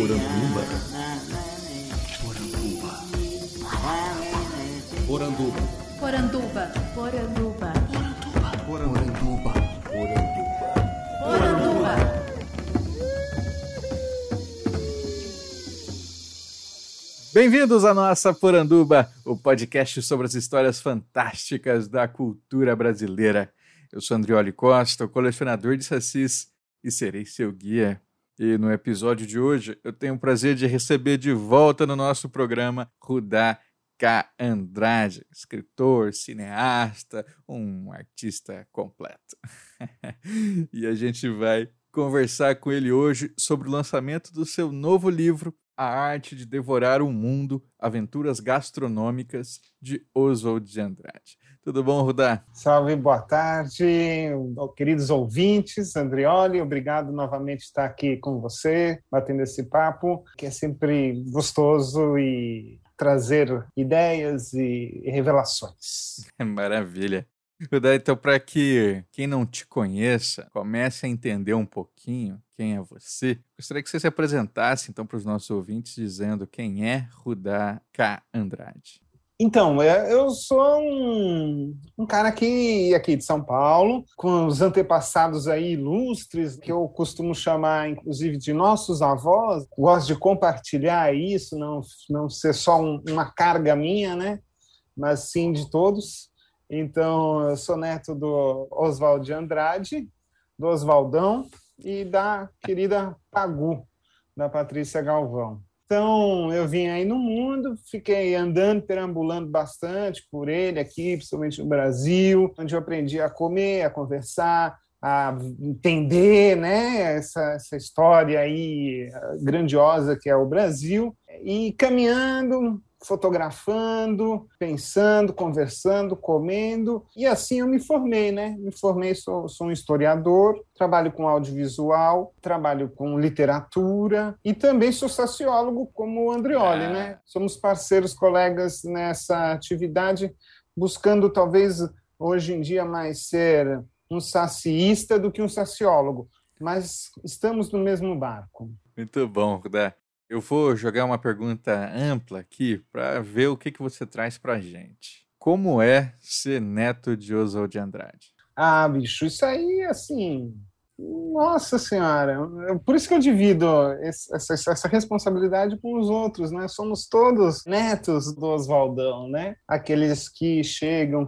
Poranduba. Poranduba. Poranduba. Poranduba. Poranduba. Poranduba. Bem-vindos à nossa Poranduba, o podcast sobre as histórias fantásticas da cultura brasileira. Eu sou Andrioli Costa, o colecionador de sacis, e serei seu guia. E no episódio de hoje, eu tenho o prazer de receber de volta no nosso programa Rudá K. Andrade, escritor, cineasta, um artista completo. E a gente vai conversar com ele hoje sobre o lançamento do seu novo livro, A Arte de Devorar o Mundo, Aventuras Gastronômicas, de Oswald de Andrade. Tudo bom, Rudá? Salve, boa tarde, queridos ouvintes. Andrioli, obrigado novamente por estar aqui com você, batendo esse papo, que é sempre gostoso e trazer ideias e revelações. Maravilha. Rudá, então, para que quem não te conheça comece a entender um pouquinho quem é você, gostaria que você se apresentasse, então, para os nossos ouvintes, dizendo quem é Rudá K. Andrade. Então, eu sou um cara aqui de São Paulo, com os antepassados aí ilustres, que eu costumo chamar, inclusive, de nossos avós. Gosto de compartilhar isso, não ser só uma carga minha, né? Mas sim de todos. Então, eu sou neto do Oswald de Andrade, do Oswaldão e da querida Pagu, da Patrícia Galvão. Então, eu vim aí no mundo, fiquei andando, perambulando bastante por ele aqui, principalmente no Brasil, onde eu aprendi a comer, a conversar, a entender, né, essa história aí grandiosa que é o Brasil, e caminhando, fotografando, pensando, conversando, comendo, e assim eu me formei, né? Sou um historiador, trabalho com audiovisual, trabalho com literatura e também sou sociólogo como o Andrioli, né? Somos parceiros, colegas nessa atividade, buscando talvez hoje em dia mais ser um saciista do que um sociólogo, mas estamos no mesmo barco. Muito bom, Rudá. Eu vou jogar uma pergunta ampla aqui para ver o que você traz para a gente. Como é ser neto de Oswald de Andrade? Ah, bicho, isso aí, assim... Nossa Senhora! Por isso que eu divido essa responsabilidade com os outros, né? Somos todos netos do Oswaldão, né? Aqueles que chegam,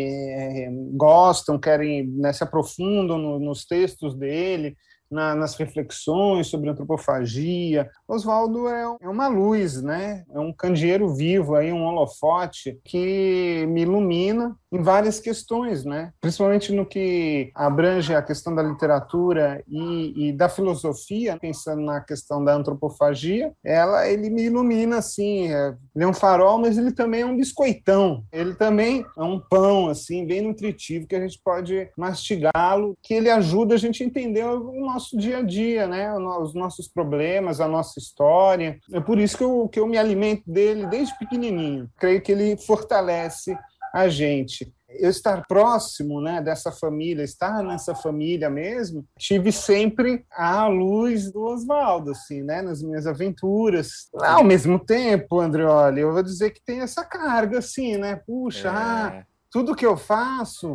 que gostam, querem, né, se aprofundam nos textos dele, nas reflexões sobre antropofagia. Oswaldo é uma luz, né? É um candeeiro vivo, aí, um holofote que me ilumina em várias questões, né? Principalmente no que abrange a questão da literatura e da filosofia, pensando na questão da antropofagia, ele me ilumina assim, ele é um farol, mas ele também é um biscoitão, ele também é um pão assim, bem nutritivo, que a gente pode mastigá-lo, que ele ajuda a gente a entender o nosso dia a dia, né? Os nossos problemas, a nossa história. É por isso que eu me alimento dele desde pequenininho. Creio que ele fortalece a gente. Eu estar próximo, né, dessa família, estar nessa família mesmo, tive sempre a luz do Oswaldo, assim, né, nas minhas aventuras. Ao mesmo tempo, Andrioli, eu vou dizer que tem essa carga, assim, né? Puxa, tudo que eu faço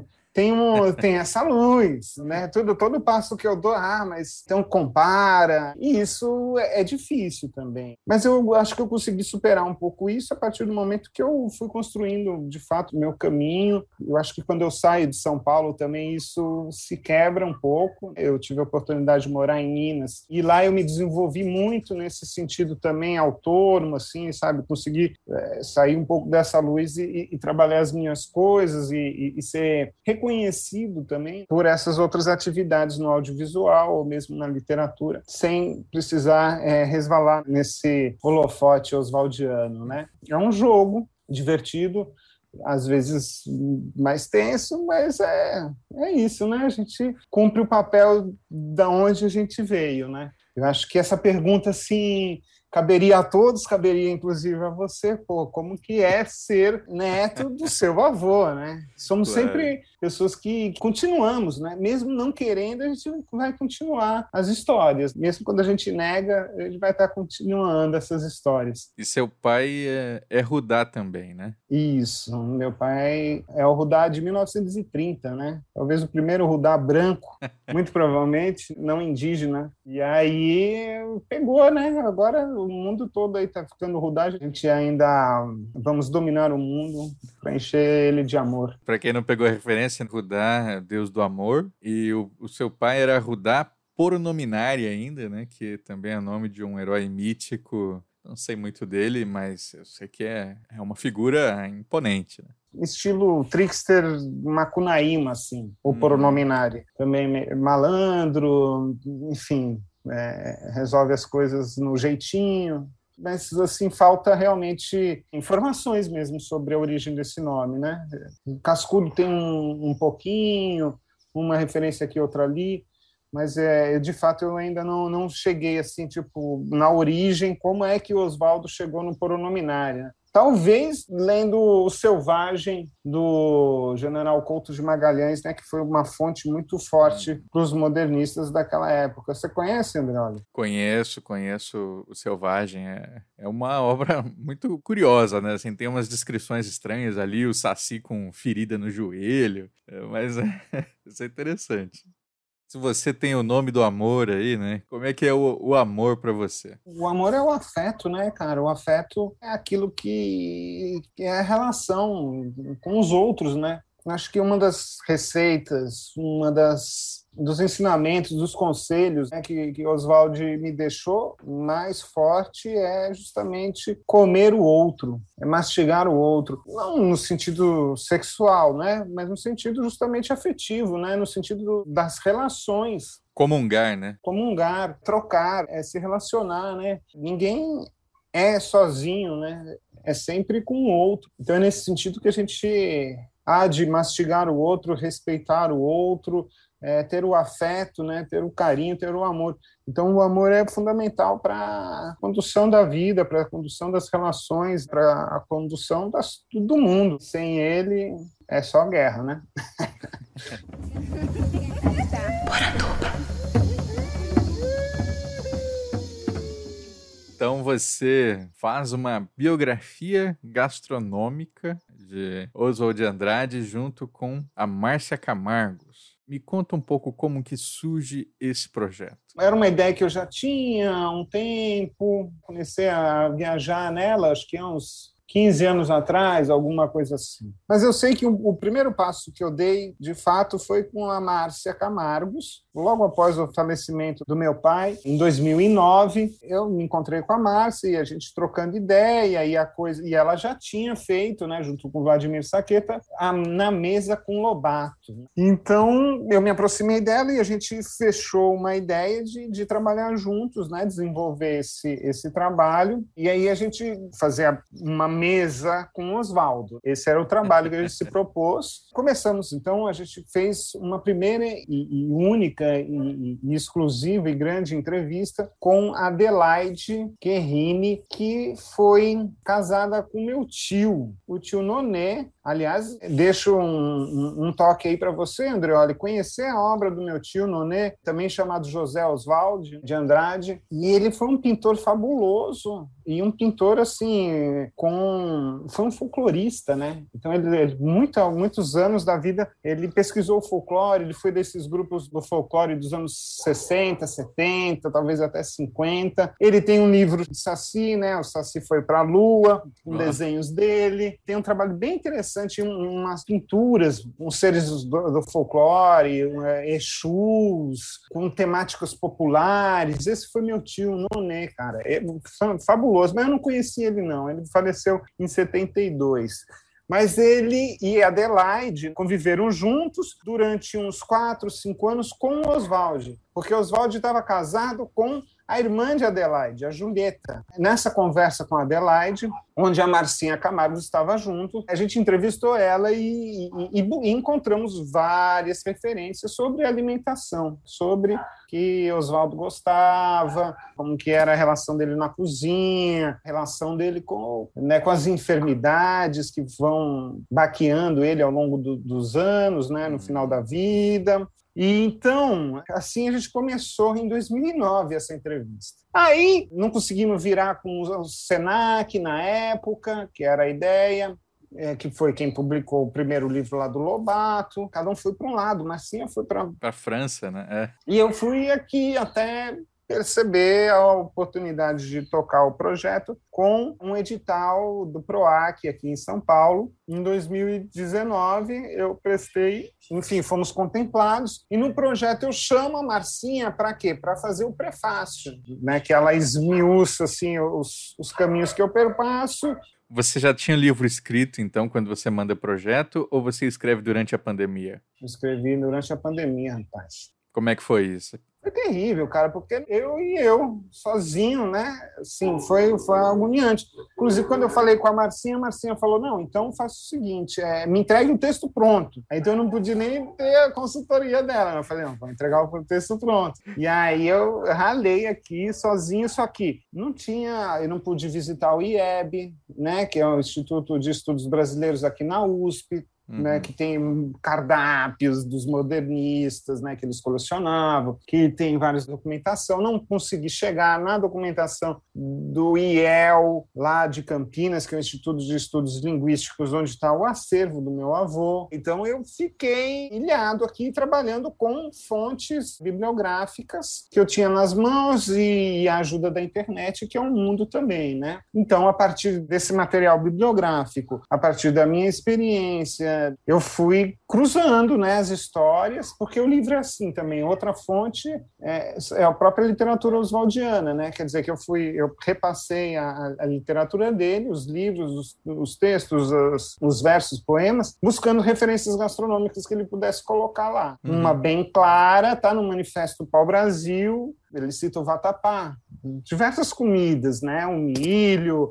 tem essa luz, né? Todo passo que eu dou, mas então compara. E isso é difícil também. Mas eu acho que eu consegui superar um pouco isso a partir do momento que eu fui construindo, de fato, o meu caminho. Eu acho que quando eu saio de São Paulo também isso se quebra um pouco. Eu tive a oportunidade de morar em Minas e lá eu me desenvolvi muito nesse sentido também autônomo, assim, sabe? Consegui sair um pouco dessa luz e trabalhar as minhas coisas e ser reconhecido também por essas outras atividades no audiovisual ou mesmo na literatura, sem precisar resvalar nesse holofote oswaldiano, né? É um jogo divertido, às vezes mais tenso, mas é isso, né? A gente cumpre o papel da onde a gente veio, né? Eu acho que essa pergunta, assim, caberia a todos, caberia inclusive a você, pô, como que é ser neto do seu avô, né? Somos sempre pessoas que continuamos, né? Mesmo não querendo, a gente vai continuar as histórias. Mesmo quando a gente nega, a gente vai estar continuando essas histórias. E seu pai é Rudá também, né? Isso, meu pai é o Rudá de 1930, né? Talvez o primeiro Rudá branco, muito provavelmente, não indígena. E aí pegou, né? Agora o mundo todo aí tá ficando Rudá, a gente ainda vamos dominar o mundo para encher ele de amor. Para quem não pegou a referência, Rudá é Deus do amor, e o seu pai era Rudá Poronominari ainda, né? Que também é o nome de um herói mítico. Não sei muito dele, mas eu sei que é uma figura imponente, né? Estilo trickster Macunaíma, assim, o Poronominari. Também malandro, enfim, resolve as coisas no jeitinho. Mas, assim, falta realmente informações mesmo sobre a origem desse nome, né? O Cascudo tem um pouquinho, uma referência aqui, outra ali, mas, de fato, eu ainda não cheguei, assim, tipo, na origem, como é que o Oswaldo chegou no Poronominari, né? Talvez lendo O Selvagem, do General Couto de Magalhães, né, que foi uma fonte muito forte para os modernistas daquela época. Você conhece, Andreoli? Conheço O Selvagem. É uma obra muito curiosa, né? Assim, tem umas descrições estranhas ali, o Saci com ferida no joelho, mas isso é interessante. Se você tem o nome do amor aí, né? Como é que é o amor para você? O amor é o afeto, né, cara? O afeto é aquilo que é a relação com os outros, né? Acho que uma das receitas, dos ensinamentos, dos conselhos, né, que Oswald me deixou mais forte é justamente comer o outro, é mastigar o outro. Não no sentido sexual, né, mas no sentido justamente afetivo, né, no sentido das relações. Comungar, né? Comungar, trocar, se relacionar, né? Ninguém é sozinho, né? É sempre com o outro. Então é nesse sentido que a gente há de mastigar o outro, respeitar o outro, ter o afeto, né? Ter o carinho, ter o amor. Então o amor é fundamental para a condução da vida, para a condução das relações, para a condução do mundo. Sem ele é só guerra, né? Então você faz uma biografia gastronômica de Oswald de Andrade junto com a Márcia Camargos. Me conta um pouco como que surge esse projeto. Era uma ideia que eu já tinha há um tempo, comecei a viajar nela, acho que há uns 15 anos atrás, alguma coisa assim. Mas eu sei que o primeiro passo que eu dei, de fato, foi com a Márcia Camargos, logo após o falecimento do meu pai, em 2009. Eu me encontrei com a Márcia e a gente trocando ideia e ela já tinha feito, né, junto com o Vladimir Saqueta, Na Mesa com Lobato. Então, eu me aproximei dela e a gente fechou uma ideia de trabalhar juntos, né, desenvolver esse trabalho. E aí a gente fazia uma mesa com o Oswaldo. Esse era o trabalho que a gente se propôs. Começamos, então, a gente fez uma primeira e única e exclusiva e grande entrevista com Adelaide Guerrini, que foi casada com meu tio, o tio Noné. Aliás, deixo um toque aí para você, Andreoli, conhecer a obra do meu tio Noné, também chamado José Oswald de Andrade, e ele foi um pintor fabuloso, e um pintor, assim, foi um folclorista, né? Então, ele muitos anos da vida, ele pesquisou o folclore, ele foi desses grupos do folclore dos anos 60, 70, talvez até 50. Ele tem um livro de Saci, né? O Saci foi para a Lua, com desenhos dele. Tem um trabalho bem interessante, umas pinturas, uns seres do folclore, Exus, com temáticas populares. Esse foi meu tio Noné, cara. É fabuloso, mas eu não conhecia ele, não. Ele faleceu em 72. Mas ele e Adelaide conviveram juntos durante uns 4, 5 anos com o Oswald, porque o Oswald estava casado com a irmã de Adelaide, a Julieta. Nessa conversa com a Adelaide, onde a Marcinha Camargo estava junto, a gente entrevistou ela e encontramos várias referências sobre alimentação, sobre que Oswaldo gostava, como que era a relação dele na cozinha, a relação dele com as enfermidades que vão baqueando ele ao longo dos anos, né, no final da vida. E então, assim a gente começou em 2009 essa entrevista. Aí não conseguimos virar com o Senac na época, que era a ideia, que foi quem publicou o primeiro livro lá do Lobato. Cada um foi para um lado, Marcinha foi para a França, né? E eu fui aqui até perceber a oportunidade de tocar o projeto com um edital do PROAC aqui em São Paulo. Em 2019, eu prestei, enfim, fomos contemplados, e no projeto eu chamo a Marcinha para quê? Para fazer o prefácio, né? Que ela esmiuça assim, os caminhos que eu perpasso. Você já tinha o livro escrito, então, quando você manda o projeto, ou você escreve durante a pandemia? Eu escrevi durante a pandemia, rapaz. Como é que foi isso? Foi terrível, cara, porque eu, sozinho, né? Assim, foi agoniante. Inclusive, quando eu falei com a Marcinha falou, não, então faça o seguinte, me entregue o texto pronto. Aí, então eu não podia nem ter a consultoria dela. Eu falei, não, vou entregar o texto pronto. E aí eu ralei aqui, sozinho, só que eu não pude visitar o IEB, né? Que é o Instituto de Estudos Brasileiros aqui na USP, né, que tem cardápios dos modernistas, né, que eles colecionavam, que tem várias documentação. Não consegui chegar na documentação do IEL, lá de Campinas, que é o Instituto de Estudos Linguísticos, onde está o acervo do meu avô. Então, eu fiquei ilhado aqui, trabalhando com fontes bibliográficas que eu tinha nas mãos e a ajuda da internet, que é um mundo também, né? Então, a partir desse material bibliográfico, a partir da minha experiência, eu fui cruzando, né, as histórias, porque o livro é assim também. Outra fonte é a própria literatura oswaldiana, né? Quer dizer que eu repassei a literatura dele, os livros, os textos, os versos, poemas, buscando referências gastronômicas que ele pudesse colocar lá. Uma bem clara, está no Manifesto Pau-Brasil, ele cita o vatapá, diversas comidas, né? O milho,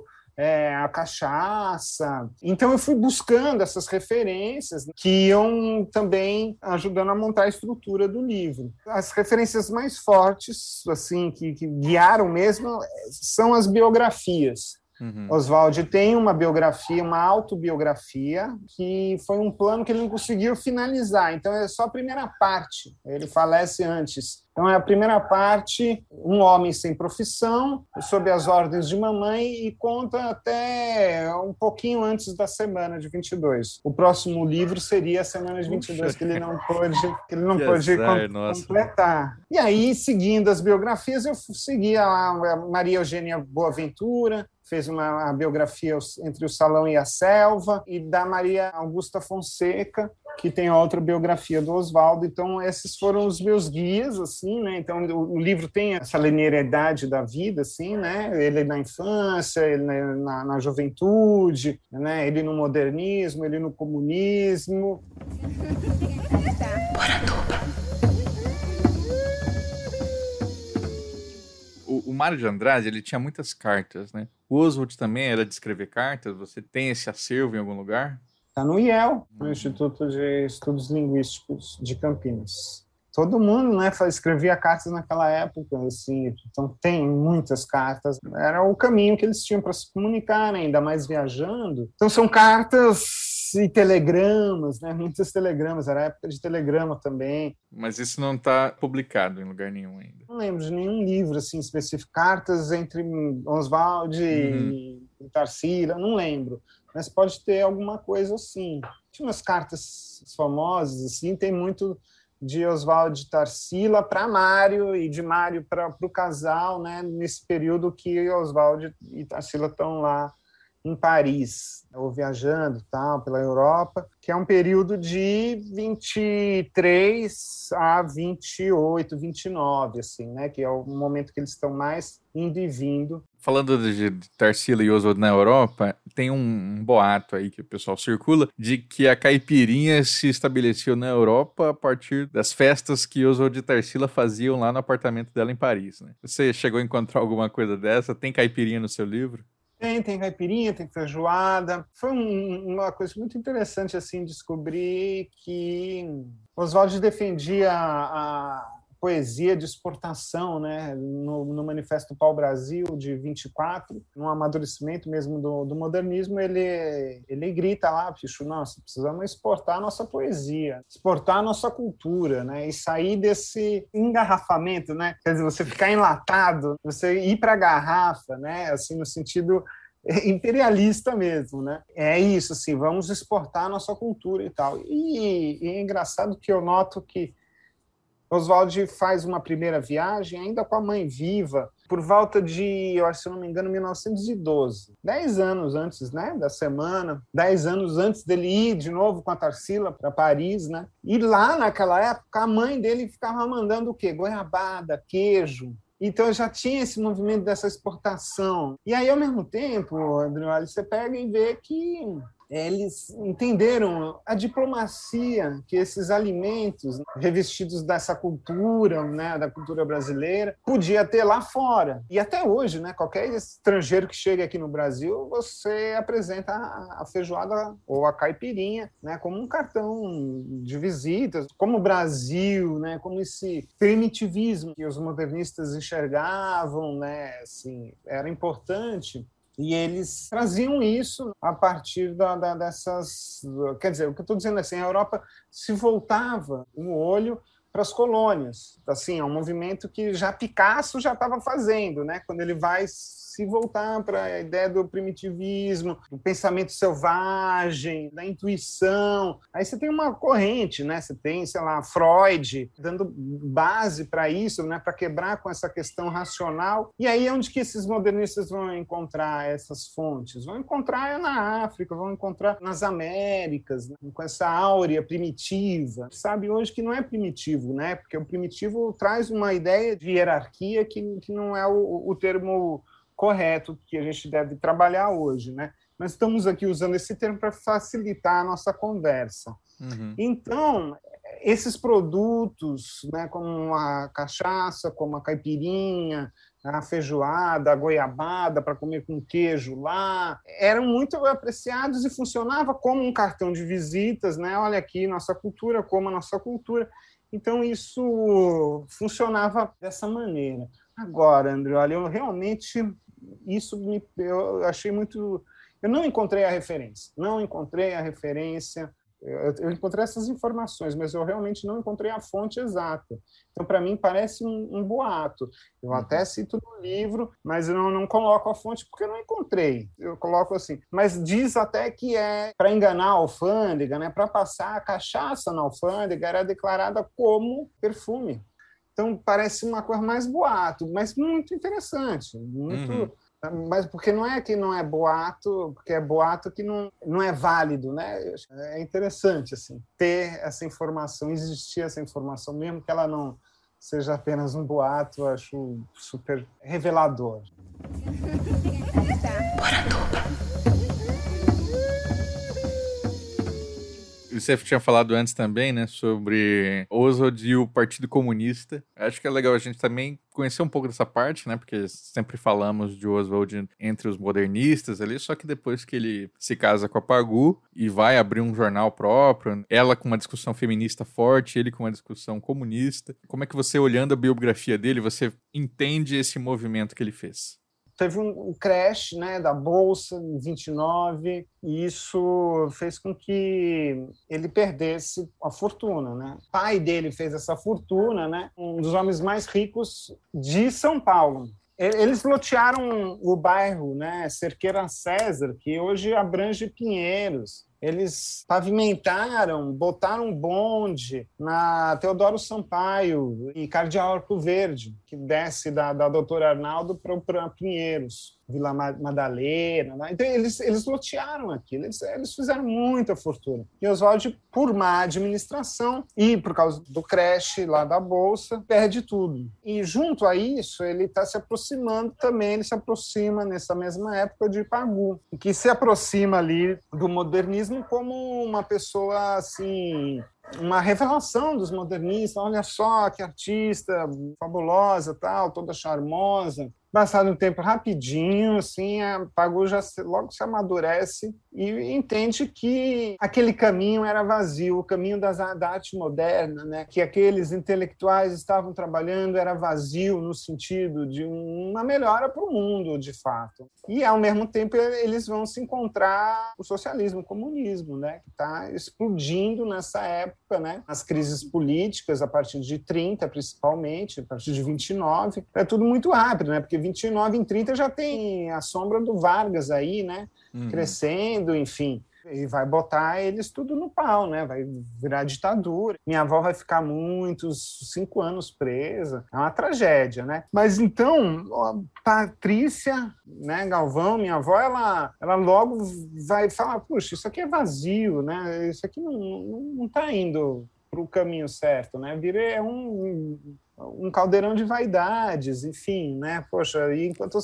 a cachaça. Então eu fui buscando essas referências que iam também ajudando a montar a estrutura do livro. As referências mais fortes, assim, que guiaram mesmo, são as biografias. Oswald tem uma biografia, uma autobiografia, que foi um plano que ele não conseguiu finalizar. Então é só a primeira parte. Ele falece antes. Então é a primeira parte, um homem sem profissão, sob as ordens de mamãe, e conta até um pouquinho antes da semana de 22. O próximo livro seria a semana de 22, que ele não pôde completar. E aí, seguindo as biografias, eu segui a Maria Eugênia Boaventura, fez uma biografia Entre o Salão e a Selva, e da Maria Augusta Fonseca, que tem outra biografia do Oswaldo. Então, esses foram os meus guias, assim, né? Então, o livro tem essa linearidade da vida, assim, né? Ele na infância, ele na juventude, né? Ele no modernismo, ele no comunismo. O Mário de Andrade, ele tinha muitas cartas, né? O Oswald também era de escrever cartas? Você tem esse acervo em algum lugar? Está no IEL, no Instituto de Estudos Linguísticos de Campinas. Todo mundo, né, escrevia cartas naquela época, assim, então tem muitas cartas. Era o caminho que eles tinham para se comunicar, né, ainda mais viajando. Então são cartas e telegramas, né, muitos telegramas, era a época de telegrama também. Mas isso não está publicado em lugar nenhum ainda. Não lembro de nenhum livro assim, específico, cartas entre Oswald e Tarsila, não lembro. Mas pode ter alguma coisa assim. Tinha umas cartas famosas, assim, tem muito de Oswald de Tarsila para Mário e de Mário para o casal, né, nesse período que Oswald e Tarsila estão lá em Paris, ou viajando tal, pela Europa, que é um período de 23 a 28, 29, assim, né, que é o momento que eles estão mais indo e vindo. Falando de Tarsila e Oswald na Europa, tem um boato aí que o pessoal circula de que a caipirinha se estabeleceu na Europa a partir das festas que Oswald e Tarsila faziam lá no apartamento dela em Paris, né? Você chegou a encontrar alguma coisa dessa? Tem caipirinha no seu livro? Tem caipirinha, tem feijoada. Foi uma coisa muito interessante assim descobrir que Oswald defendia a poesia de exportação, né? No Manifesto Pau-Brasil de 24, no amadurecimento mesmo do modernismo, ele grita lá, bicho, nossa, precisamos exportar a nossa poesia, exportar a nossa cultura, né? E sair desse engarrafamento, né? Quer dizer, você ficar enlatado, você ir para a garrafa, né? Assim, no sentido imperialista mesmo, né? É isso, assim, vamos exportar a nossa cultura e tal. E é engraçado que eu noto que Oswald faz uma primeira viagem ainda com a mãe viva, por volta de, eu acho, se eu não me engano, 1912. 10 anos antes, né, da semana, 10 anos antes dele ir de novo com a Tarsila para Paris, né? E lá naquela época a mãe dele ficava mandando o quê? Goiabada, queijo. Então já tinha esse movimento dessa exportação. E aí, ao mesmo tempo, André, você pega e vê que eles entenderam a diplomacia que esses alimentos revestidos dessa cultura, né, da cultura brasileira, podia ter lá fora. E até hoje, né, qualquer estrangeiro que chega aqui no Brasil, você apresenta a feijoada ou a caipirinha, né, como um cartão de visitas, como o Brasil, né, como esse primitivismo que os modernistas enxergavam, né, assim, era importante. E eles traziam isso a partir dessas... Quer dizer, o que eu estou dizendo é assim, a Europa se voltava o olho para as colônias. Assim, é um movimento que já Picasso já estava fazendo, né? Quando ele vai se voltar para a ideia do primitivismo, do pensamento selvagem, da intuição. Aí você tem uma corrente, né? Você tem, sei lá, Freud dando base para isso, né? Para quebrar com essa questão racional. E aí é onde que esses modernistas vão encontrar essas fontes? Vão encontrar na África, vão encontrar nas Américas, né? Com essa áurea primitiva. Sabe hoje que não é primitivo, né? Porque o primitivo traz uma ideia de hierarquia que não é o termo correto que a gente deve trabalhar hoje, né? Nós estamos aqui usando esse termo para facilitar a nossa conversa. Uhum. Então, esses produtos, né, como a cachaça, como a caipirinha, a feijoada, a goiabada para comer com queijo lá, eram muito apreciados e funcionava como um cartão de visitas, né? Olha aqui nossa cultura, como a nossa cultura. Então, isso funcionava dessa maneira. Agora, André, olha, eu realmente eu achei muito... Eu não encontrei a referência. Eu encontrei essas informações, mas eu realmente não encontrei a fonte exata. Então, para mim, parece um boato. Eu até cito no livro, mas eu não coloco a fonte porque eu não encontrei. Eu coloco assim. Mas diz até que é para enganar a alfândega, né? Para passar a cachaça na alfândega, era declarada como perfume. Então, parece uma coisa mais boato, mas muito interessante. Muito... Mas porque não é que não é boato, porque é boato que não é válido, né? É interessante assim, ter essa informação, existir essa informação, mesmo que ela não seja apenas um boato, eu acho super revelador. Você tinha falado antes também, né, sobre Oswald e o Partido Comunista. Acho que é legal a gente também conhecer um pouco dessa parte, né, porque sempre falamos de Oswald entre os modernistas ali, só que depois que ele se casa com a Pagu e vai abrir um jornal próprio, ela com uma discussão feminista forte, ele com uma discussão comunista. Como é que você, olhando a biografia dele, você entende esse movimento que ele fez? Teve um crash, né, da Bolsa em 29 e isso fez com que ele perdesse a fortuna, né? O pai dele fez essa fortuna, né? Um dos homens mais ricos de São Paulo. Eles lotearam o bairro, né, Cerqueira César, que hoje abrange Pinheiros. Eles pavimentaram, botaram um bonde na Teodoro Sampaio e Cardeal Arco Verde, que desce da Doutor Arnaldo para Pinheiros. Vila Madalena, né? Então eles lotearam aquilo, eles fizeram muita fortuna. E Oswald, por má administração e por causa do crash lá da Bolsa, perde tudo. E junto a isso, ele está se aproximando também, ele se aproxima nessa mesma época de Pagu, que se aproxima ali do modernismo como uma pessoa, assim, uma revelação dos modernistas. Olha só que artista fabulosa, tal, toda charmosa. Passado um tempo rapidinho, assim, a Pagu já logo se amadurece e entende que aquele caminho era vazio, o caminho da arte moderna, né? Que aqueles intelectuais estavam trabalhando era vazio no sentido de uma melhora para o mundo, de fato. E, ao mesmo tempo, eles vão se encontrar o socialismo, o comunismo, né? Que está explodindo nessa época, né? As crises políticas, a partir de 30, principalmente, a partir de 29, é tudo muito rápido, né? Porque 29 em 30 já tem a sombra do Vargas aí, né? Crescendo, enfim. E vai botar eles tudo no pau, né? Vai virar ditadura. Minha avó vai ficar muitos 5 anos presa. É uma tragédia, né? Mas então, Patrícia, né, Galvão, minha avó, ela logo vai falar, puxa, isso aqui é vazio, né? Isso aqui não tá indo para o caminho certo, né? É um caldeirão de vaidades, enfim, né? Poxa, e enquanto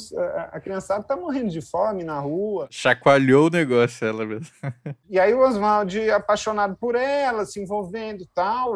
a criançada tá morrendo de fome na rua. Chacoalhou o negócio, ela mesmo. E aí o Oswald, apaixonado por ela, se envolvendo e tal,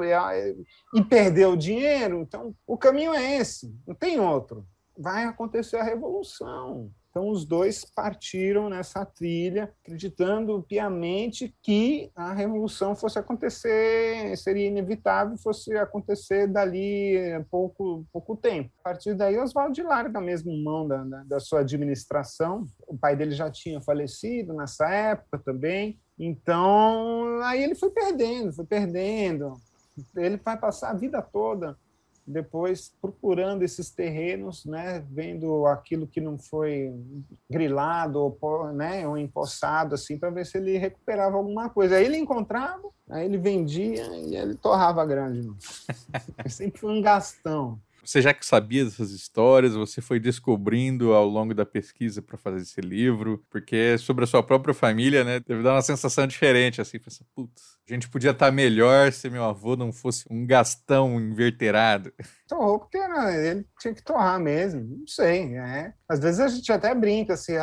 e perdeu o dinheiro. Então, o caminho é esse, não tem outro. Vai acontecer a revolução. Então, os dois partiram nessa trilha, acreditando piamente que a revolução fosse acontecer, seria inevitável, fosse acontecer dali pouco tempo. A partir daí, Oswald larga mesmo mão da sua administração. O pai dele já tinha falecido nessa época também. Então, aí ele foi perdendo. Ele vai passar a vida toda depois procurando esses terrenos, né, vendo aquilo que não foi grilado ou empossado, assim, para ver se ele recuperava alguma coisa. Aí ele encontrava, aí ele vendia e ele torrava grande. Sempre foi um gastão. Você já que sabia dessas histórias, você foi descobrindo ao longo da pesquisa para fazer esse livro, porque sobre a sua própria família, né, deve dar uma sensação diferente, assim, pensa, putz, a gente podia estar melhor se meu avô não fosse um gastão inverterado. Torrou porque ele tinha que torrar mesmo, não sei, né? Às vezes a gente até brinca assim,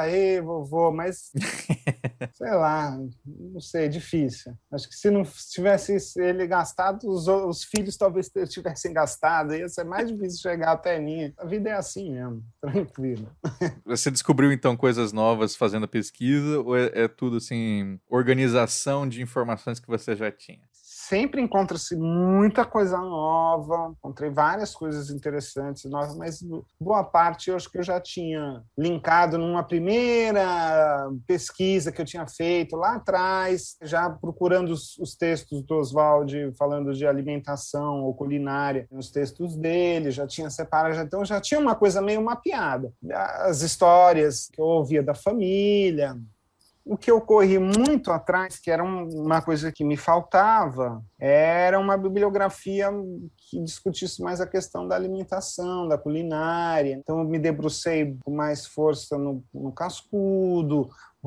vovô, mas sei lá, não sei, é difícil. Acho que se não tivesse ele gastado, os filhos talvez tivessem gastado, ia ser mais difícil chegar até mim. A vida é assim mesmo, tranquilo. Você descobriu então coisas novas fazendo a pesquisa ou é tudo assim, organização de informações que você já tinha? Sempre encontra-se muita coisa nova, encontrei várias coisas interessantes, novas, mas boa parte eu acho que eu já tinha linkado numa primeira pesquisa que eu tinha feito lá atrás, já procurando os textos do Oswald falando de alimentação ou culinária, nos textos dele, já tinha separado, então já tinha uma coisa meio mapeada. As histórias que eu ouvia da família. O que eu corri muito atrás, que era uma coisa que me faltava, era uma bibliografia que discutisse mais a questão da alimentação, da culinária. Então, eu me debrucei com mais força no Cascudo,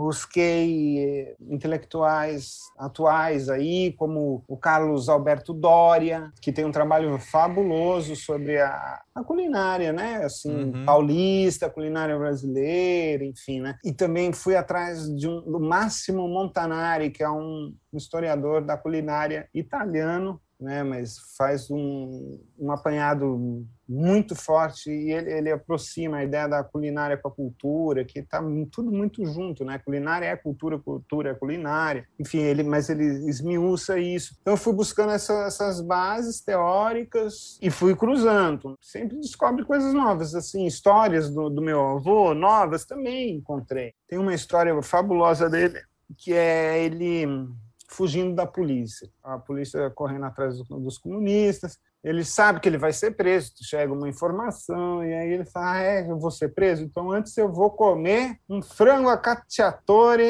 busquei intelectuais atuais aí, como o Carlos Alberto Doria, que tem um trabalho fabuloso sobre a culinária, né? Assim, paulista, culinária brasileira, enfim, né? E também fui atrás do Máximo Montanari, que é um historiador da culinária italiano, né, mas faz um apanhado muito forte e ele aproxima a ideia da culinária com a cultura, que está tudo muito junto, né? Culinária é cultura, cultura é culinária. Enfim, mas ele esmiuça isso. Então eu fui buscando essas bases teóricas e fui cruzando. Sempre descobre coisas novas, assim, histórias do meu avô, novas também encontrei. Tem uma história fabulosa dele, que é ele fugindo da polícia. A polícia correndo atrás dos comunistas. Ele sabe que ele vai ser preso, chega uma informação, e aí ele fala, eu vou ser preso? Então antes eu vou comer um frango a cacciatore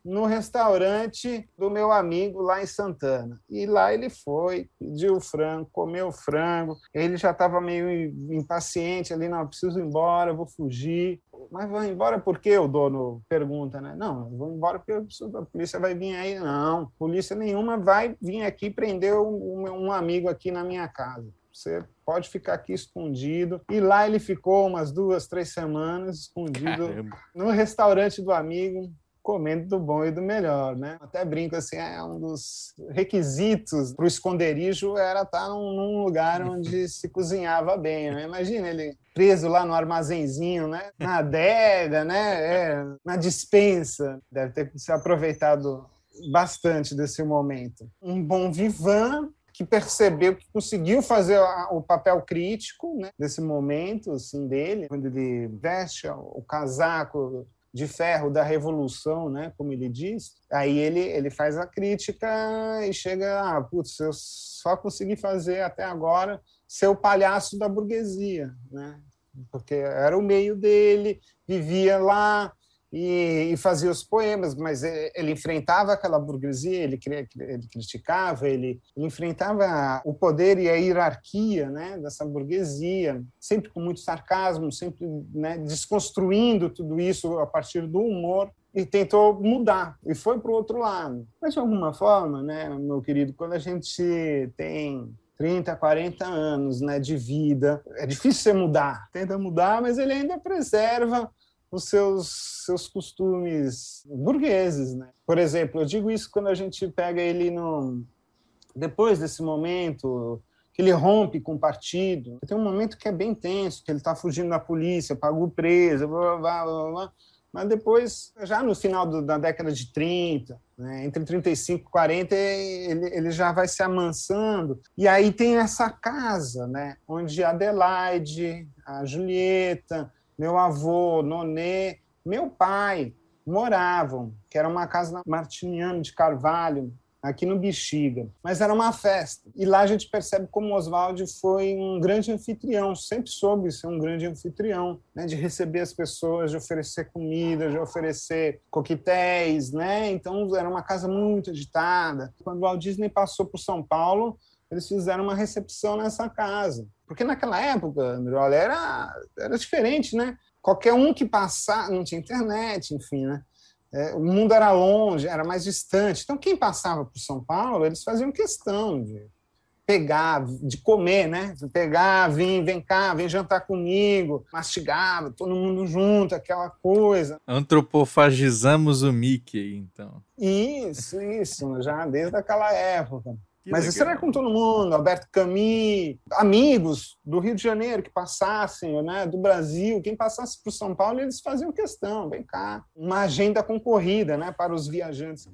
no restaurante do meu amigo lá em Santana. E lá ele foi, pediu o frango, comeu o frango. Ele já estava meio impaciente ali, não, preciso ir embora, vou fugir. Mas vai embora por quê? O dono pergunta, né? Não, eu vou embora porque a polícia vai vir aí. Não, polícia nenhuma vai vir aqui prender um amigo aqui na minha casa. Você pode ficar aqui escondido. E lá ele ficou umas 2, 3 semanas escondido. Caramba. No restaurante do amigo, comendo do bom e do melhor, né? Até brinco assim, um dos requisitos para o esconderijo era estar num lugar onde se cozinhava bem, né? Imagina ele preso lá no armazenzinho, né? Na adega, né? Na despensa. Deve ter se aproveitado bastante desse momento. Um bom vivan que percebeu, que conseguiu fazer o papel crítico, né, desse momento assim, dele, quando ele veste o casaco de ferro da revolução, né, como ele diz, aí ele faz a crítica e chega, putz, eu só consegui fazer até agora ser o palhaço da burguesia, né, porque era o meio dele, vivia lá, e fazia os poemas, mas ele enfrentava aquela burguesia, ele criticava, ele enfrentava o poder e a hierarquia, né, dessa burguesia, sempre com muito sarcasmo, sempre, né, desconstruindo tudo isso a partir do humor, e tentou mudar, e foi para o outro lado. Mas, de alguma forma, né, meu querido, quando a gente tem 30, 40 anos, né, de vida, é difícil você mudar. Tenta mudar, mas ele ainda preserva os seus costumes burgueses, né? Por exemplo, eu digo isso quando a gente pega ele depois desse momento que ele rompe com o partido. Tem um momento que é bem tenso, que ele está fugindo da polícia, pagou preso, blá, blá, blá, blá. Mas depois, já no final da década de 30, né, entre 35 e 40, ele já vai se amansando. E aí tem essa casa, né, onde a Adelaide, a Julieta, meu avô, Nonê, meu pai moravam, que era uma casa na Martiniano de Carvalho, aqui no Bexiga. Mas era uma festa. E lá a gente percebe como o Oswald foi um grande anfitrião, sempre soube ser um grande anfitrião, né, de receber as pessoas, de oferecer comida, de oferecer coquetéis, né? Então era uma casa muito agitada. Quando o Walt Disney passou por São Paulo, eles fizeram uma recepção nessa casa. Porque naquela época, Andriola, era diferente, né? Qualquer um que passar, não tinha internet, enfim, né? O mundo era longe, era mais distante. Então, quem passava por São Paulo, eles faziam questão de pegar, de comer, né? Pegar, vem cá, vem jantar comigo, mastigava, todo mundo junto, aquela coisa. Antropofagizamos o Mickey, então. Isso, já desde aquela época. Mas isso legal. era com todo mundo, Alberto Camus, amigos do Rio de Janeiro que passassem, né, do Brasil, quem passasse por São Paulo, eles faziam questão, vem cá, uma agenda concorrida, né, para os viajantes.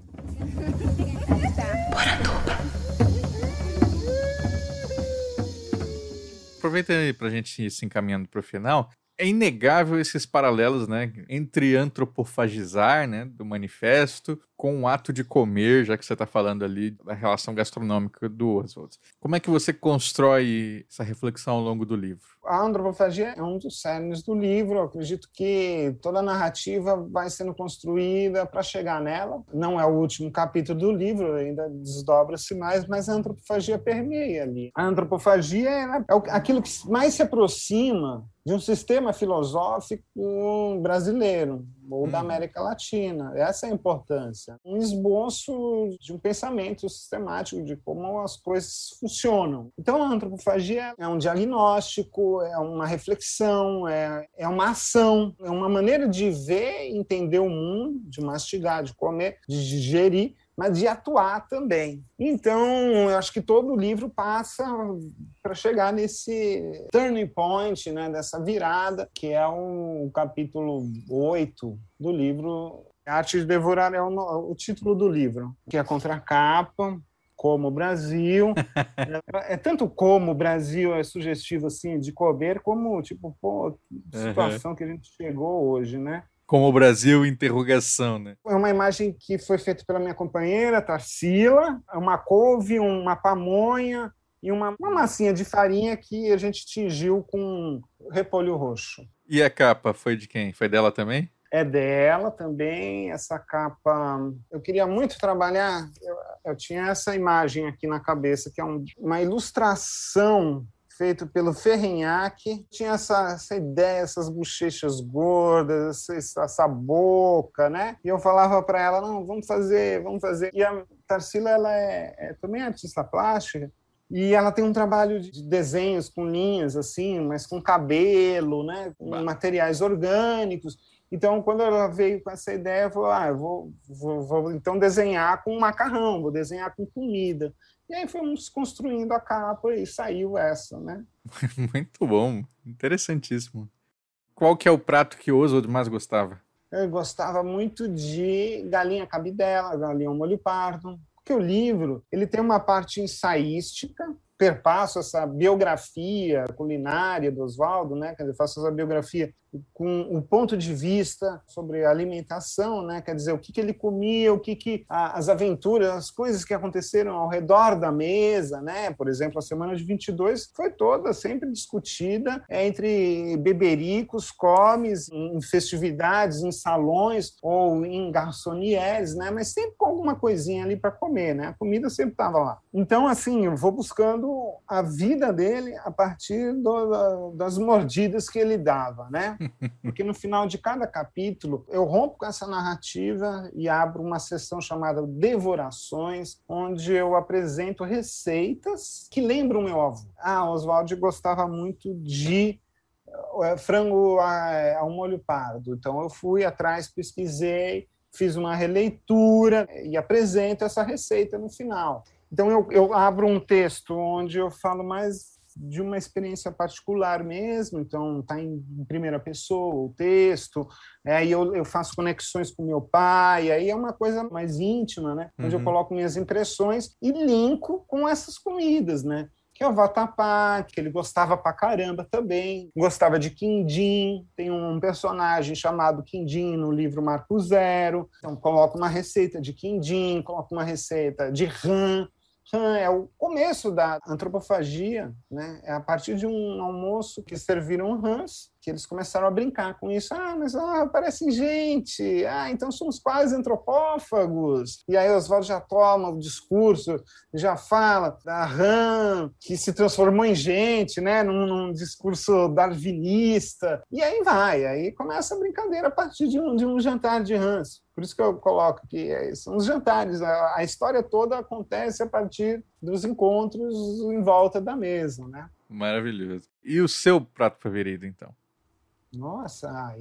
Aproveita aí para a gente ir se encaminhando para o final. É inegável esses paralelos, né, entre antropofagizar, né, do manifesto, com o ato de comer, já que você está falando ali da relação gastronômica do Oswald. Como é que você constrói essa reflexão ao longo do livro? A antropofagia é um dos cernes do livro. Eu acredito que toda a narrativa vai sendo construída para chegar nela. Não é o último capítulo do livro, ainda desdobra-se mais, mas a antropofagia permeia ali. A antropofagia é aquilo que mais se aproxima de um sistema filosófico brasileiro ou da América Latina. Essa é a importância. Um esboço de um pensamento sistemático de como as coisas funcionam. Então, a antropofagia é um diagnóstico, é uma reflexão, é uma ação, é uma maneira de ver e entender o mundo, de mastigar, de comer, de digerir, mas de atuar também. Então, eu acho que todo o livro passa para chegar nesse turning point, né, dessa virada, que é o capítulo 8 do livro. A Arte de Devorar é o título do livro, que é a contracapa, Como o Brasil. É tanto como o Brasil é sugestivo assim, de comer, como, tipo, pô, que situação que a gente chegou hoje, né? Como o Brasil, interrogação, né? É uma imagem que foi feita pela minha companheira, Tarsila, uma couve, uma pamonha e uma massinha de farinha que a gente tingiu com repolho roxo. E a capa foi de quem? Foi dela também? é dela também, essa capa. Eu queria muito trabalhar, eu tinha essa imagem aqui na cabeça, que é uma ilustração feita pelo Ferrenhac. Tinha essa ideia, essas bochechas gordas, essa boca, né? E eu falava para ela, não, vamos fazer. E a Tarsila, ela é também artista plástica, e ela tem um trabalho de desenhos com linhas, assim, mas com cabelo, né? Com materiais orgânicos. Então, quando ela veio com essa ideia, eu falei, eu vou então desenhar com macarrão, vou desenhar com comida. E aí fomos construindo a capa e saiu essa, né? Muito bom, interessantíssimo. Qual que é o prato que o Oswald mais gostava? Eu gostava muito de galinha cabidela, galinha ao molho pardo, porque o livro ele tem uma parte ensaística, perpasso essa biografia culinária do Oswaldo, né? Quer dizer, faço essa biografia com o ponto de vista sobre a alimentação, né? Quer dizer, o que ele comia, as aventuras, as coisas que aconteceram ao redor da mesa, né? Por exemplo, a semana de 22 foi toda sempre discutida entre bebericos, comes, em festividades, em salões ou em garçonières, né? Mas sempre com alguma coisinha ali para comer, né? A comida sempre estava lá. Então, assim, eu vou buscando a vida dele a partir das mordidas que ele dava, né? Porque no final de cada capítulo eu rompo com essa narrativa e abro uma sessão chamada Devorações, onde eu apresento receitas que lembram meu avô. Oswaldo gostava muito de frango ao molho pardo. Então eu fui atrás, pesquisei, fiz uma releitura e apresento essa receita no final. Então eu abro um texto onde eu falo mais de uma experiência particular mesmo, então está em primeira pessoa o texto, aí eu faço conexões com meu pai, aí é uma coisa mais íntima, né? Onde eu coloco minhas impressões e linko com essas comidas, né? Que é o vatapá, que ele gostava pra caramba também, gostava de quindim, tem um personagem chamado Quindim no livro Marco Zero, então coloco uma receita de quindim, coloco uma receita de rã. É o começo da antropofagia, né? É a partir de um almoço que serviram rãs, que eles começaram a brincar com isso. Mas parecem gente. Então somos quase antropófagos. E aí Oswaldo já toma o discurso, já fala da rã que se transformou em gente, né? Num discurso darwinista. E aí vai. Aí começa a brincadeira a partir de um jantar de rãs. Por isso que eu coloco que são os jantares. A história toda acontece a partir dos encontros em volta da mesa, né? Maravilhoso. E o seu prato favorito, então? Nossa,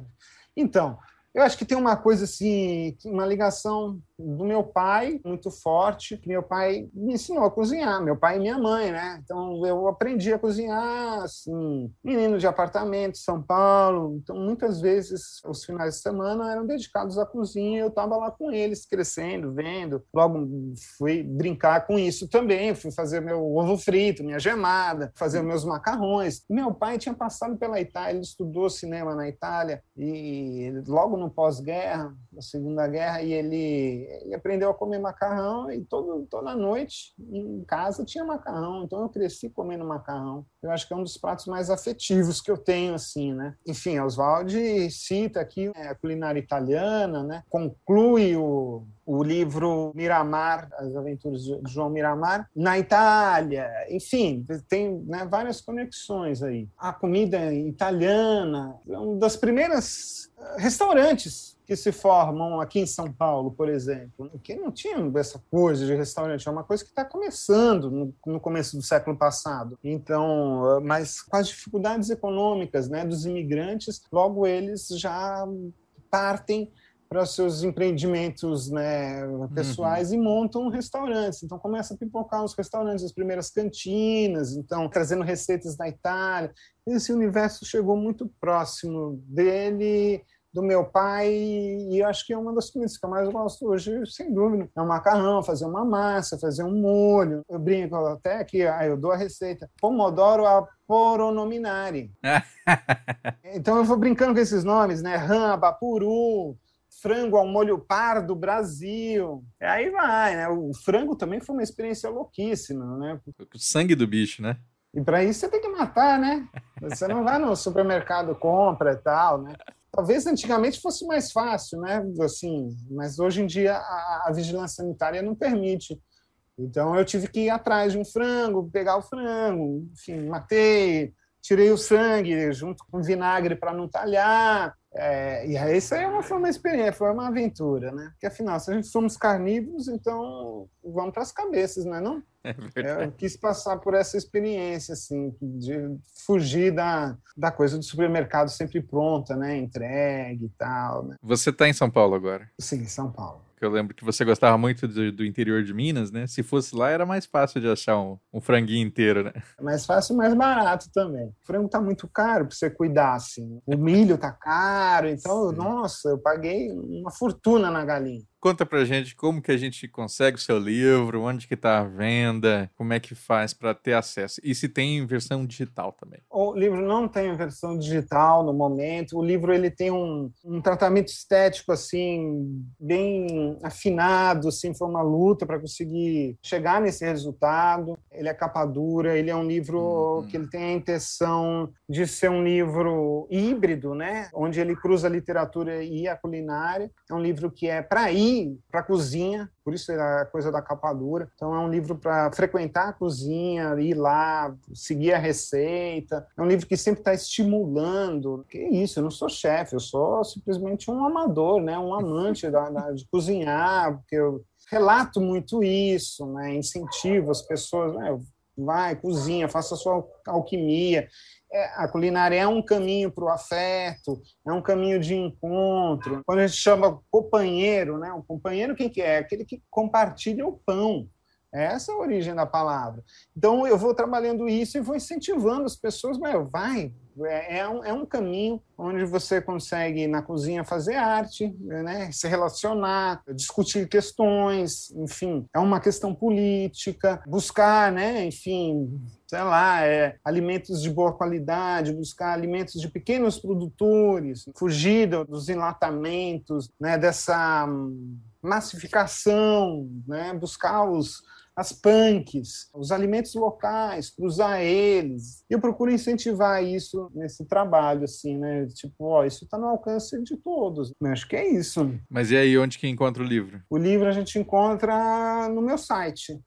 então, eu acho que tem uma coisa assim, uma ligação do meu pai muito forte, que meu pai me ensinou a cozinhar, meu pai e minha mãe, né? Então eu aprendi a cozinhar, assim, menino de apartamento, São Paulo, então muitas vezes os finais de semana eram dedicados à cozinha, eu estava lá com eles, crescendo, vendo, logo fui brincar com isso também, fui fazer meu ovo frito, minha gemada, fazer meus macarrões. Meu pai tinha passado pela Itália, ele estudou cinema na Itália, e logo no pós-guerra, na Segunda Guerra, e ele aprendeu a comer macarrão e toda noite em casa tinha macarrão, então eu cresci comendo macarrão. Eu acho que é um dos pratos mais afetivos que eu tenho, assim, né? Enfim, Oswaldo cita aqui a culinária italiana, né? Conclui o livro Miramar, As Aventuras de João Miramar, na Itália. Enfim, tem, né, várias conexões aí. A comida italiana é uma das primeiras restaurantes que se formam aqui em São Paulo, por exemplo, que não tinha essa coisa de restaurante, é uma coisa que está começando no começo do século passado. Então, mas com as dificuldades econômicas, né, dos imigrantes, logo eles já partem para os seus empreendimentos, né, pessoais e montam restaurantes. Então começa a pipocar os restaurantes, as primeiras cantinas, então trazendo receitas da Itália. Esse universo chegou muito próximo dele, do meu pai, e acho que é uma das comidas que eu mais gosto hoje, sem dúvida. É um macarrão, fazer uma massa, fazer um molho. Eu brinco até que eu dou a receita. Pomodoro a poronominari. Então eu vou brincando com esses nomes, né? Rã, bapuru, frango ao molho pardo, Brasil. Aí vai, né? O frango também foi uma experiência louquíssima, né? O sangue do bicho, né? E para isso você tem que matar, né? Você não vai no supermercado, compra e tal, né? Talvez antigamente fosse mais fácil, né? Assim, mas hoje em dia a vigilância sanitária não permite. Então eu tive que ir atrás de um frango, pegar o frango, enfim, matei, tirei o sangue junto com vinagre para não talhar. E aí isso aí foi uma experiência, foi uma aventura, né? Porque afinal, se a gente somos carnívoros, então vamos para as cabeças, não é não? É verdade. Eu quis passar por essa experiência, assim, de fugir da coisa do supermercado sempre pronta, né? Entregue e tal, né? Você está em São Paulo agora? Sim, São Paulo. Eu lembro que você gostava muito do interior de Minas, né? Se fosse lá, era mais fácil de achar um franguinho inteiro, né? É mais fácil e mais barato também. O frango tá muito caro para você cuidar, assim. O milho tá caro, então, nossa, eu paguei uma fortuna na galinha. Conta pra gente como que a gente consegue o seu livro, onde que tá à venda, como é que faz para ter acesso. E se tem versão digital também. O livro não tem versão digital no momento. O livro ele tem um tratamento estético assim bem afinado, assim, foi uma luta para conseguir chegar nesse resultado. Ele é capa dura, ele é um livro que ele tem a intenção de ser um livro híbrido, né? Onde ele cruza a literatura e a culinária. É um livro que é para ir para a cozinha, por isso é a coisa da capa dura. Então é um livro para frequentar a cozinha, ir lá, seguir a receita. É um livro que sempre está estimulando. Que isso, eu não sou chefe, eu sou simplesmente um amador, né? Um amante de cozinhar, porque eu relato muito isso, né? Incentivo as pessoas, né? Vai, cozinha, faça a sua alquimia. A culinária é um caminho para o afeto, é um caminho de encontro. Quando a gente chama companheiro, né? O companheiro quem que é? Aquele que compartilha o pão. Essa é a origem da palavra. Então, eu vou trabalhando isso e vou incentivando as pessoas, vai, é um caminho onde você consegue, na cozinha, fazer arte, né? Se relacionar, discutir questões, enfim, é uma questão política, buscar, né? Enfim, sei lá, alimentos de boa qualidade, buscar alimentos de pequenos produtores, fugir dos enlatamentos, né? Dessa massificação, né? Buscar as punks, os alimentos locais, cruzar eles. Eu procuro incentivar isso nesse trabalho, assim, né? Tipo, isso está no alcance de todos. Eu acho que é isso. Mas e aí, onde que encontra o livro? O livro a gente encontra no meu site,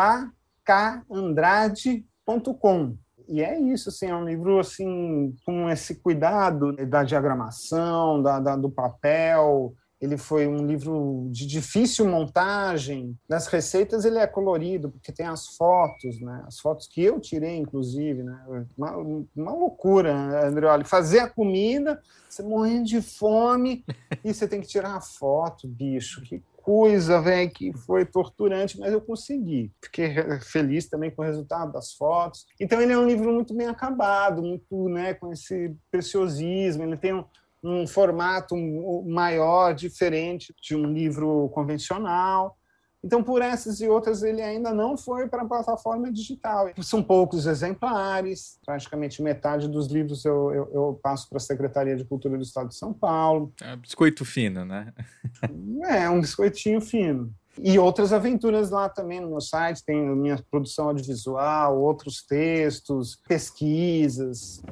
udacandrade.com. E é isso, assim, é um livro assim, com esse cuidado da diagramação, do papel. Ele foi um livro de difícil montagem. Nas receitas ele é colorido, porque tem as fotos, né? As fotos que eu tirei, inclusive, né? Uma loucura, Andreoli. Fazer a comida, você morrendo de fome, e você tem que tirar a foto, bicho. Que coisa, velho, que foi torturante, mas eu consegui. Fiquei feliz também com o resultado das fotos. Então ele é um livro muito bem acabado, muito, né, com esse preciosismo. Ele tem um formato maior, diferente de um livro convencional. Então, por essas e outras, ele ainda não foi para a plataforma digital. São poucos exemplares, praticamente metade dos livros eu passo para a Secretaria de Cultura do Estado de São Paulo. É biscoito fino, né? É um biscoitinho fino. E outras aventuras lá também no meu site, tem a minha produção audiovisual, outros textos, pesquisas.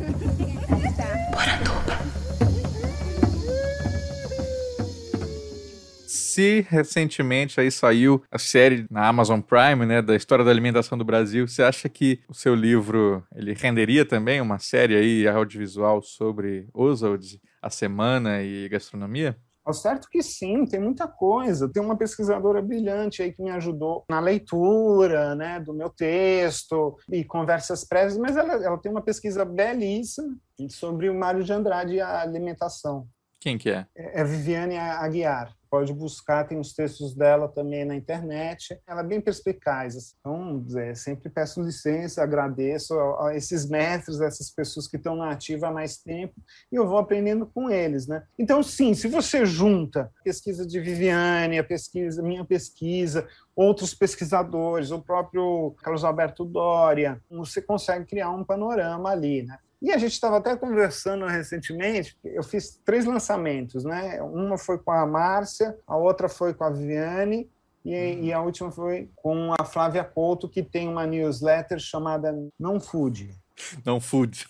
Se recentemente aí saiu a série na Amazon Prime, né, da história da alimentação do Brasil, você acha que o seu livro ele renderia também uma série aí audiovisual sobre Oswald, a semana e gastronomia? Ao certo que sim, tem muita coisa. Tem uma pesquisadora brilhante aí que me ajudou na leitura, né, do meu texto e conversas prévias, mas ela tem uma pesquisa belíssima sobre o Mário de Andrade e a alimentação. Quem que é? É Viviane Aguiar. Pode buscar, tem os textos dela também na internet. Ela é bem perspicaz. Então, sempre peço licença, agradeço a esses mestres, a essas pessoas que estão na ativa há mais tempo, e eu vou aprendendo com eles, né? Então, sim, se você junta a pesquisa de Viviane, minha pesquisa, outros pesquisadores, o próprio Carlos Alberto Doria, você consegue criar um panorama ali, né? E a gente estava até conversando recentemente, eu fiz 3 lançamentos, né? Uma foi com a Márcia, a outra foi com a Viviane e a última foi com a Flávia Couto, que tem uma newsletter chamada Não Food. Não food.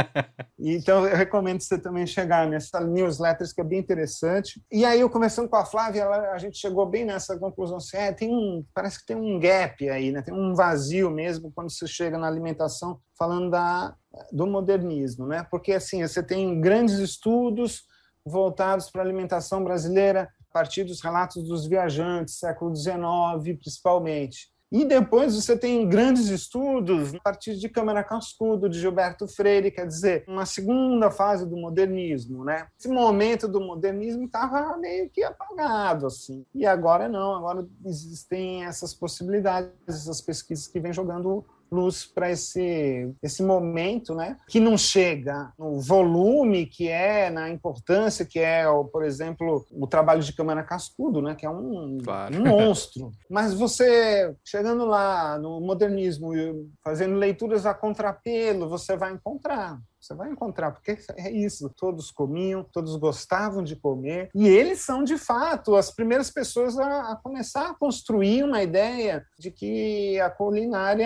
Então, eu recomendo você também chegar nessa newsletter, que é bem interessante. E aí, eu conversando com a Flávia, a gente chegou bem nessa conclusão, assim, parece que tem um gap aí, né? Tem um vazio mesmo quando você chega na alimentação, falando do modernismo, né? Porque, assim, você tem grandes estudos voltados para a alimentação brasileira, a partir dos relatos dos viajantes, século XIX, principalmente. E depois você tem grandes estudos a partir de Câmara Cascudo, de Gilberto Freire, quer dizer, uma segunda fase do modernismo, né? Esse momento do modernismo estava meio que apagado, assim. E agora não, agora existem essas possibilidades, essas pesquisas que vêm jogando luz para esse momento, né? Que não chega no volume que é, na importância que é, por exemplo, o trabalho de Câmara Cascudo, né? Que é um monstro. Mas você, chegando lá no modernismo e fazendo leituras a contrapelo, você vai encontrar. Você vai encontrar, porque é isso. Todos comiam, todos gostavam de comer. E eles são, de fato, as primeiras pessoas a começar a construir uma ideia de que a culinária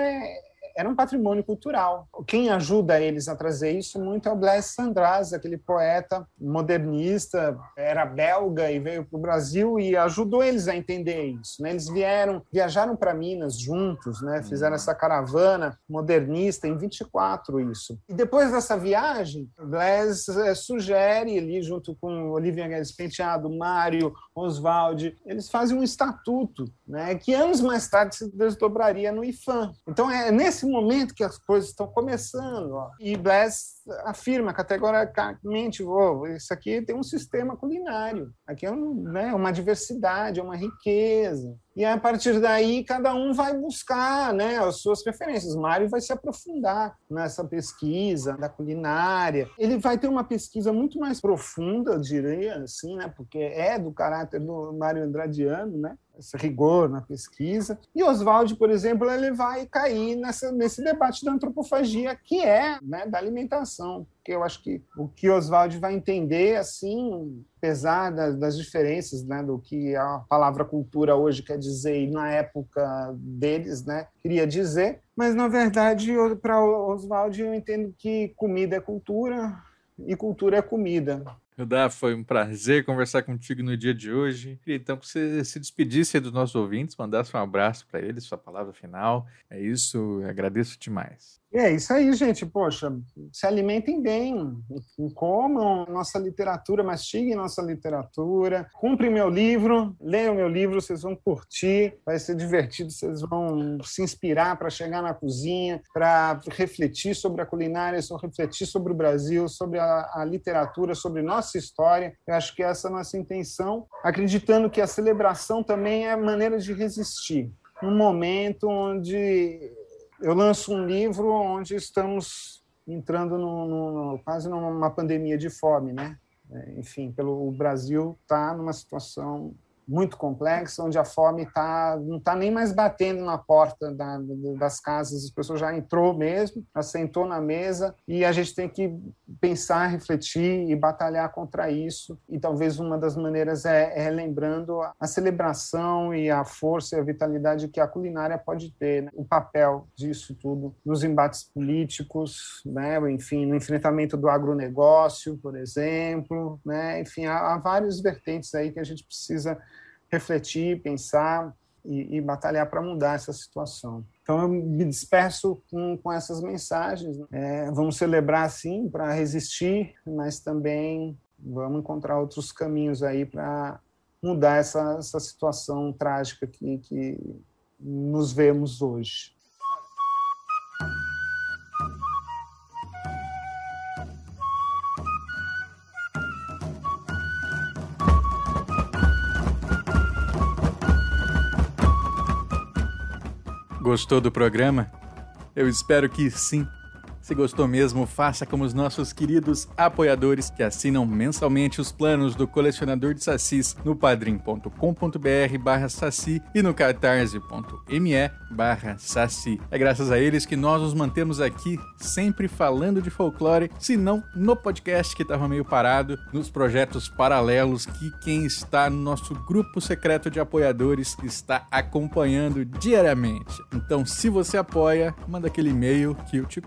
era um patrimônio cultural. Quem ajuda eles a trazer isso muito é o Blaise Cendrars, aquele poeta modernista, era belga e veio para o Brasil e ajudou eles a entender isso, né? Eles viajaram para Minas juntos, né? Fizeram essa caravana modernista em 24, isso. E depois dessa viagem, Blaise sugere ali, junto com Olivia Guedes Penteado, Mário, Oswald, eles fazem um estatuto, né? Que anos mais tarde se desdobraria no IPHAN. Então é nesse momento que as coisas estão começando. Ó. E Blaise afirma categoricamente, isso aqui tem um sistema culinário, aqui é uma diversidade, é uma riqueza. E a partir daí, cada um vai buscar, né, as suas preferências. Mário vai se aprofundar nessa pesquisa da culinária. Ele vai ter uma pesquisa muito mais profunda, eu diria, assim, né, porque é do caráter do Mário Andradiano, né, esse rigor na pesquisa. E Oswald, por exemplo, ele vai cair nesse debate da antropofagia, que é, né, da alimentação. Porque eu acho que o que Oswald vai entender, assim, apesar das diferenças, né, do que a palavra cultura hoje quer dizer e na época deles, né, queria dizer, mas, na verdade, para Oswald, eu entendo que comida é cultura e cultura é comida. Rudá, foi um prazer conversar contigo no dia de hoje. Queria então que você se despedisse dos nossos ouvintes, mandasse um abraço para eles, sua palavra final. É isso, agradeço demais. É isso aí, gente. Poxa, se alimentem bem, comam nossa literatura, mastiguem nossa literatura, comprem meu livro, leiam meu livro, vocês vão curtir, vai ser divertido, vocês vão se inspirar para chegar na cozinha, para refletir sobre a culinária, refletir sobre o Brasil, sobre a literatura, sobre nossa história. Eu acho que essa é a nossa intenção, acreditando que a celebração também é maneira de resistir. Um momento onde eu lanço um livro onde estamos entrando quase numa pandemia de fome, né? Enfim, o Brasil está numa situação muito complexa, onde a fome não está nem mais batendo na porta das casas, as pessoas já entrou mesmo, já sentou na mesa, e a gente tem que pensar, refletir e batalhar contra isso. E talvez uma das maneiras é lembrando a celebração e a força e a vitalidade que a culinária pode ter, né? O papel disso tudo nos embates políticos, né? Enfim, no enfrentamento do agronegócio, por exemplo, né? Enfim, há várias vertentes aí que a gente precisa refletir, pensar e batalhar para mudar essa situação. Então, eu me despeço com essas mensagens. Vamos celebrar, sim, para resistir, mas também vamos encontrar outros caminhos aí para mudar essa situação trágica que nos vemos hoje. Gostou do programa? Eu espero que sim. Se gostou mesmo, faça como os nossos queridos apoiadores que assinam mensalmente os planos do Colecionador de Sacis no padrim.com.br/saci e no catarse.me/saci. É graças a eles que nós nos mantemos aqui sempre falando de folclore, se não no podcast que estava meio parado, nos projetos paralelos que quem está no nosso grupo secreto de apoiadores está acompanhando diariamente. Então, se você apoia, manda aquele e-mail que eu te coloco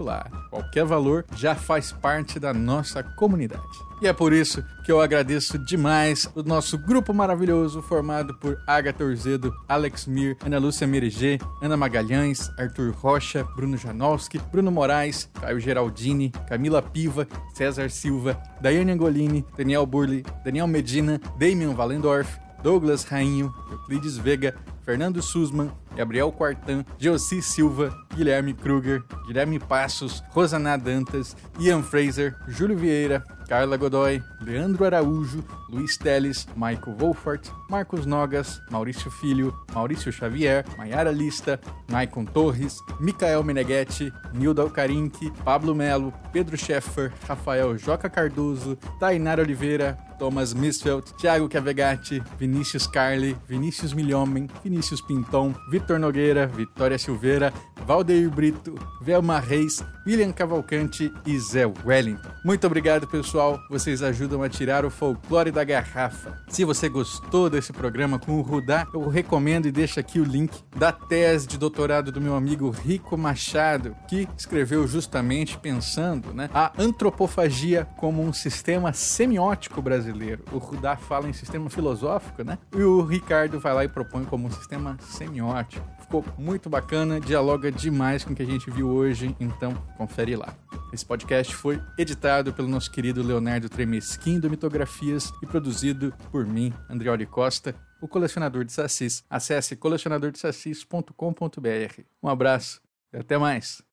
particular. Qualquer valor já faz parte da nossa comunidade. E é por isso que eu agradeço demais o nosso grupo maravilhoso formado por Agatha Orzedo, Alex Mir, Ana Lúcia Merigê, Ana Magalhães, Arthur Rocha, Bruno Janowski, Bruno Moraes, Caio Geraldini, Camila Piva, César Silva, Daiane Angolini, Daniel Burli, Daniel Medina, Damian Valendorf, Douglas Rainho, Euclides Vega, Fernando Sussman, Gabriel Quartan, Geossi Silva, Guilherme Kruger, Guilherme Passos, Rosana Dantas, Ian Fraser, Júlio Vieira, Carla Godoy, Leandro Araújo, Luiz Teles, Michael Wolfart, Marcos Nogas, Maurício Filho, Maurício Xavier, Maiara Lista, Maicon Torres, Micael Meneghetti, Nilda Alcarinque, Pablo Melo, Pedro Scheffer, Rafael Joca Cardoso, Tainara Oliveira, Thomas Misfeld, Thiago Chiavegatti, Vinícius Carli, Vinícius Milhomem, Vinícius Pinton, Vitor Nogueira, Vitória Silveira, Valdeir Brito, Velma Reis, William Cavalcante e Zé Wellington. Muito obrigado, pessoal. Vocês ajudam a tirar o folclore da garrafa. Se você gostou desse programa com o Rudá, eu recomendo e deixo aqui o link da tese de doutorado do meu amigo Rico Machado, que escreveu justamente pensando, a antropofagia como um sistema semiótico brasileiro. O Rudá fala em sistema filosófico, e o Ricardo vai lá e propõe como um sistema semiótico. Ficou muito bacana, dialoga demais com o que a gente viu hoje, então confere lá. Esse podcast foi editado pelo nosso querido Leonardo Tremesquim do Mitografias e produzido por mim, Andrioli Costa, o colecionador de sacis. Acesse colecionadordesacis.com.br. Um abraço e até mais!